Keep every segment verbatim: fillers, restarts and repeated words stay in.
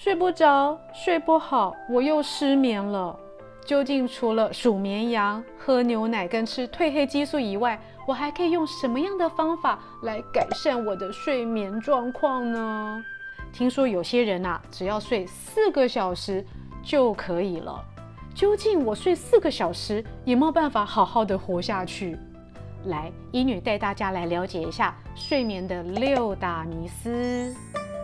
睡不着，睡不好，我又失眠了。究竟除了数绵羊、喝牛奶跟吃褪黑激素以外，我还可以用什么样的方法来改善我的睡眠状况呢？听说有些人啊，只要睡四个小时就可以了。究竟我睡四个小时有没有办法好好的活下去？来，医女带大家来了解一下睡眠的六大迷思。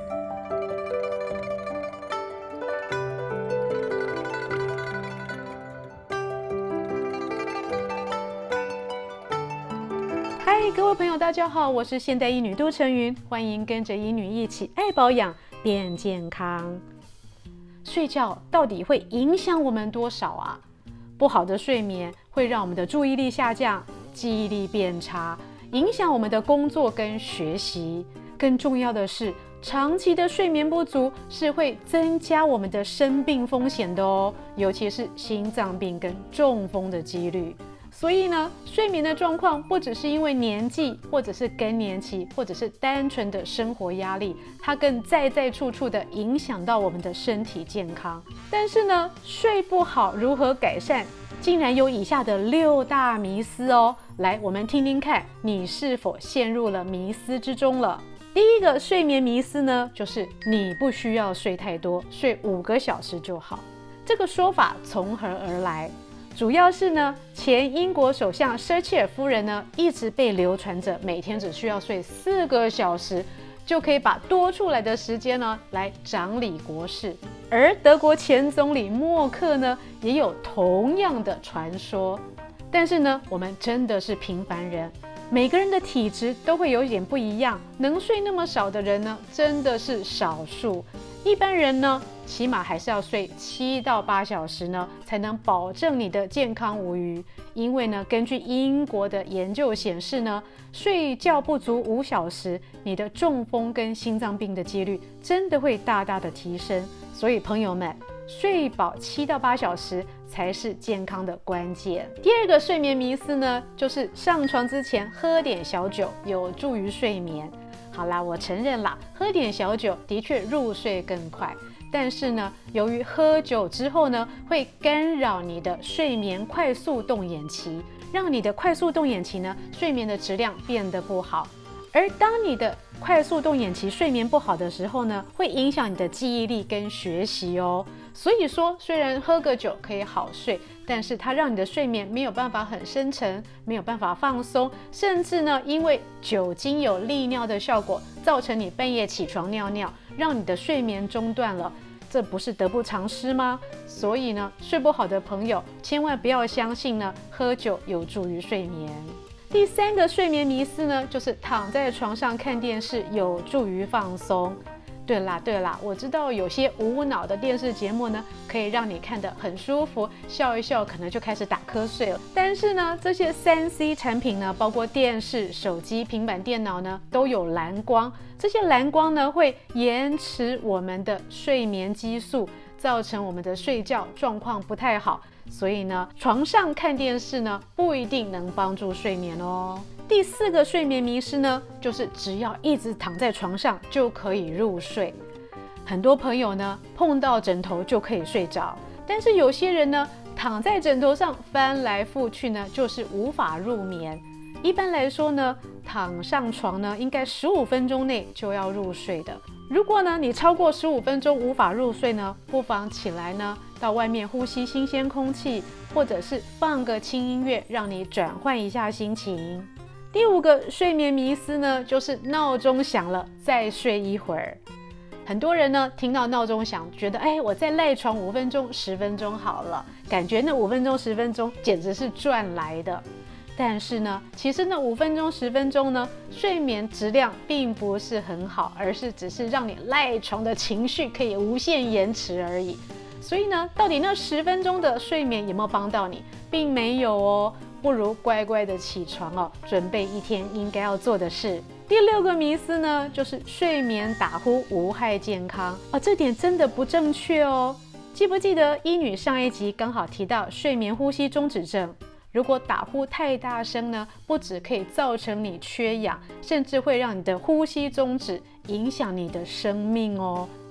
嗨，各位朋友，大家好，我是现代医女杜成云，欢迎跟着医女一起爱保养变健康。睡觉到底会影响我们多少啊？不好的睡眠会让我们的注意力下降，记忆力变差，影响我们的工作跟学习。更重要的是，长期的睡眠不足是会增加我们的生病风险的哦，尤其是心脏病跟中风的几率。所以呢，睡眠的状况不只是因为年纪，或者是更年期，或者是单纯的生活压力，它更在在处处的影响到我们的身体健康。但是呢，睡不好如何改善，竟然有以下的六大迷思哦。来，我们听听看，你是否陷入了迷思之中了？第一个睡眠迷思呢，就是你不需要睡太多，睡五个小时就好。这个说法从何而来？主要是呢，前英国首相瑟切尔夫人呢，一直被流传着每天只需要睡四个小时，就可以把多出来的时间呢来掌理国事。而德国前总理默克呢，也有同样的传说。但是呢，我们真的是平凡人，每个人的体质都会有一点不一样，能睡那么少的人呢，真的是少数。一般人呢，起码还是要睡七到八小时呢，才能保证你的健康无虞。因为呢，根据英国的研究显示呢，睡觉不足五小时，你的中风跟心脏病的几率真的会大大的提升。所以朋友们，睡饱七到八小时才是健康的关键。第二个睡眠迷思呢，就是上床之前喝点小酒有助于睡眠。好啦，我承认啦，喝点小酒的确入睡更快，但是呢，由于喝酒之后呢，会干扰你的睡眠快速动眼期，让你的快速动眼期呢，睡眠的质量变得不好。而当你的快速动眼期睡眠不好的时候呢，会影响你的记忆力跟学习哦。所以说，虽然喝个酒可以好睡，但是它让你的睡眠没有办法很深沉，没有办法放松，甚至呢，因为酒精有利尿的效果，造成你半夜起床尿尿，让你的睡眠中断了。这不是得不偿失吗？所以呢，睡不好的朋友千万不要相信呢，喝酒有助于睡眠。第三个睡眠迷思呢，就是躺在床上看电视有助于放松。对啦对啦，我知道有些无脑的电视节目呢，可以让你看得很舒服，笑一笑可能就开始打瞌睡了。但是呢，这些 三 C 产品呢，包括电视、手机、平板电脑呢，都有蓝光。这些蓝光呢，会延迟我们的睡眠激素，造成我们的睡觉状况不太好。所以呢，床上看电视呢，不一定能帮助睡眠哦。第四个睡眠迷思呢，就是只要一直躺在床上就可以入睡。很多朋友呢，碰到枕头就可以睡着，但是有些人呢，躺在枕头上翻来覆去呢，就是无法入眠。一般来说呢，躺上床呢，应该十五分钟内就要入睡的。如果呢，你超过十五分钟无法入睡呢，不妨起来呢，到外面呼吸新鲜空气，或者是放个轻音乐，让你转换一下心情。第五个睡眠迷思呢，就是闹钟响了再睡一会儿。很多人呢，听到闹钟响，觉得哎，我再赖床五分钟、十分钟好了，感觉那五分钟、十分钟简直是赚来的。但是呢，其实那五分钟、十分钟呢，睡眠质量并不是很好，而是只是让你赖床的情绪可以无限延迟而已。所以呢，到底那十分钟的睡眠有没有帮到你？并没有哦，不如乖乖的起床哦，准备一天应该要做的事。第六个迷思呢，就是睡眠打呼无害健康哦，这点真的不正确哦。记不记得医女上一集刚好提到睡眠呼吸中止症？如果打呼太大声呢，不只可以造成你缺氧，甚至会让你的呼吸中止，影响你的生命哦。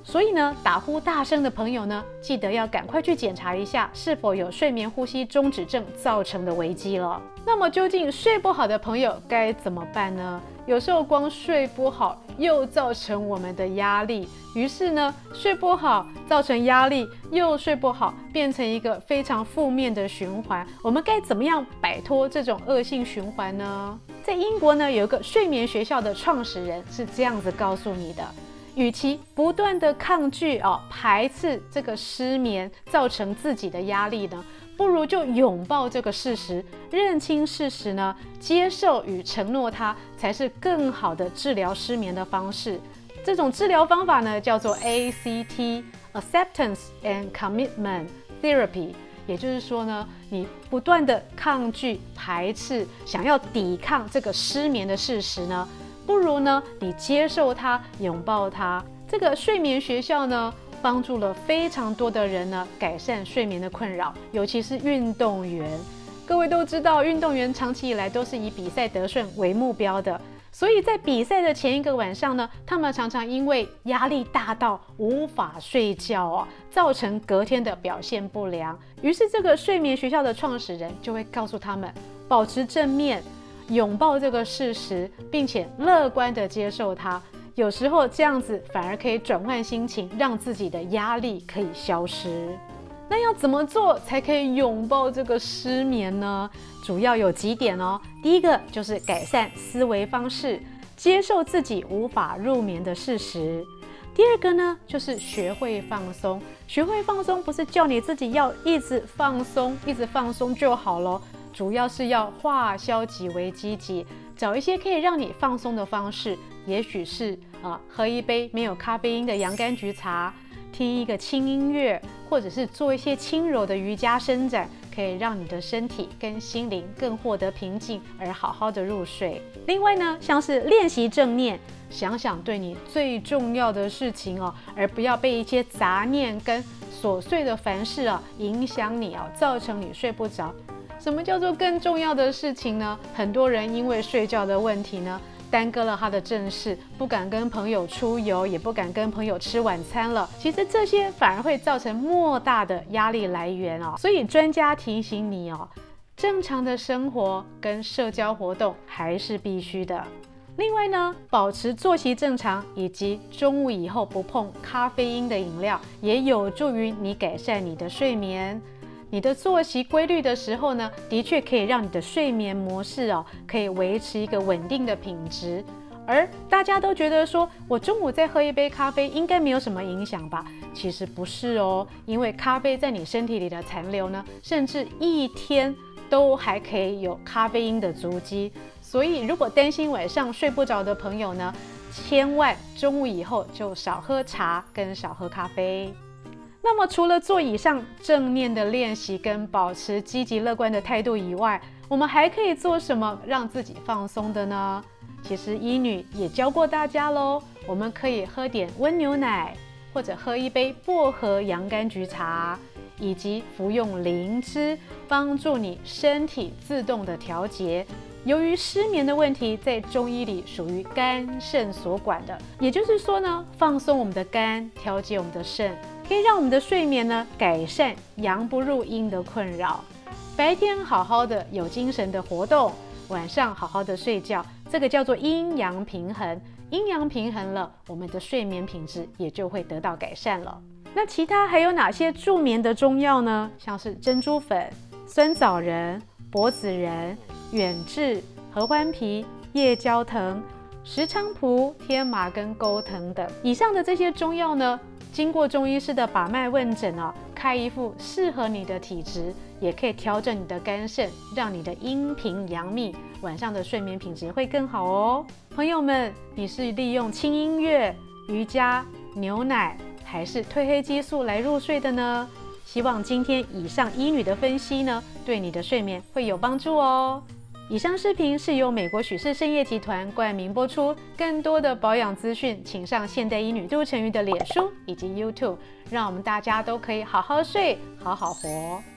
所以呢，打呼大声的朋友呢，记得要赶快去检查一下是否有睡眠呼吸中止症造成的危机了。那么究竟睡不好的朋友该怎么办呢？有时候光睡不好又造成我们的压力，于是呢，睡不好造成压力，又睡不好，变成一个非常负面的循环。我们该怎么样摆脱这种恶性循环呢？在英国呢，有一个睡眠学校的创始人是这样子告诉你的。与其不断的抗拒哦排斥这个失眠造成自己的压力呢，不如就拥抱这个事实，认清事实呢，接受与承诺它，才是更好的治疗失眠的方式。这种治疗方法呢，叫做 A C T Acceptance and Commitment Therapy。也就是说呢，你不断的抗拒、排斥，想要抵抗这个失眠的事实呢，不如呢，你接受它，拥抱它。这个睡眠学校呢，帮助了非常多的人呢，改善睡眠的困扰，尤其是运动员。各位都知道，运动员长期以来都是以比赛得胜为目标的，所以在比赛的前一个晚上呢，他们常常因为压力大到无法睡觉哦，造成隔天的表现不良。于是，这个睡眠学校的创始人就会告诉他们，保持正面，拥抱这个事实，并且乐观的接受它。有时候这样子反而可以转换心情，让自己的压力可以消失。那要怎么做才可以拥抱这个失眠呢？主要有几点哦。第一个就是改善思维方式，接受自己无法入眠的事实。第二个呢，就是学会放松。学会放松不是叫你自己要一直放松，一直放松就好咯，主要是要化消极为积极，找一些可以让你放松的方式，也许是、呃、喝一杯没有咖啡因的洋甘菊茶，听一个轻音乐，或者是做一些轻柔的瑜伽伸展，可以让你的身体跟心灵更获得平静，而好好的入睡。另外呢，像是练习正念，想想对你最重要的事情哦，而不要被一些杂念跟琐碎的烦事啊影响你啊，造成你睡不着。什么叫做更重要的事情呢？很多人因为睡觉的问题呢，耽搁了他的正事，不敢跟朋友出游，也不敢跟朋友吃晚餐了。其实这些反而会造成莫大的压力来源哦。所以专家提醒你哦，正常的生活跟社交活动还是必须的。另外呢，保持作息正常，以及中午以后不碰咖啡因的饮料，也有助于你改善你的睡眠。你的作息规律的时候呢，的确可以让你的睡眠模式哦，可以维持一个稳定的品质。而大家都觉得说，我中午再喝一杯咖啡应该没有什么影响吧？其实不是哦，因为咖啡在你身体里的残留呢，甚至一天都还可以有咖啡因的足迹。所以如果担心晚上睡不着的朋友呢，千万中午以后就少喝茶跟少喝咖啡。那么除了做以上正念的练习跟保持积极乐观的态度以外，我们还可以做什么让自己放松的呢？其实医女也教过大家咯，我们可以喝点温牛奶，或者喝一杯薄荷洋甘菊茶，以及服用灵芝，帮助你身体自动的调节。由于失眠的问题在中医里属于肝肾所管的，也就是说呢，放松我们的肝，调节我们的肾，可以让我们的睡眠呢改善阳不入阴的困扰。白天好好的有精神的活动，晚上好好的睡觉，这个叫做阴阳平衡。阴阳平衡了，我们的睡眠品质也就会得到改善了。那其他还有哪些助眠的中药呢？像是珍珠粉、酸枣仁、柏子仁、远志、合欢皮、夜交藤、石菖蒲、天麻跟钩藤等。以上的这些中药呢，经过中医师的把脉问诊哦，开一副适合你的体质，也可以调整你的肝肾，让你的阴平阳秘，晚上的睡眠品质会更好哦。朋友们，你是利用轻音乐、瑜伽、牛奶，还是褪黑激素来入睡的呢？希望今天以上医女的分析呢，对你的睡眠会有帮助哦。以上视频是由美国许氏盛业集团冠名播出，更多的保养资讯，请上现代医女杜成瑜的脸书以及 YouTube， 让我们大家都可以好好睡，好好活。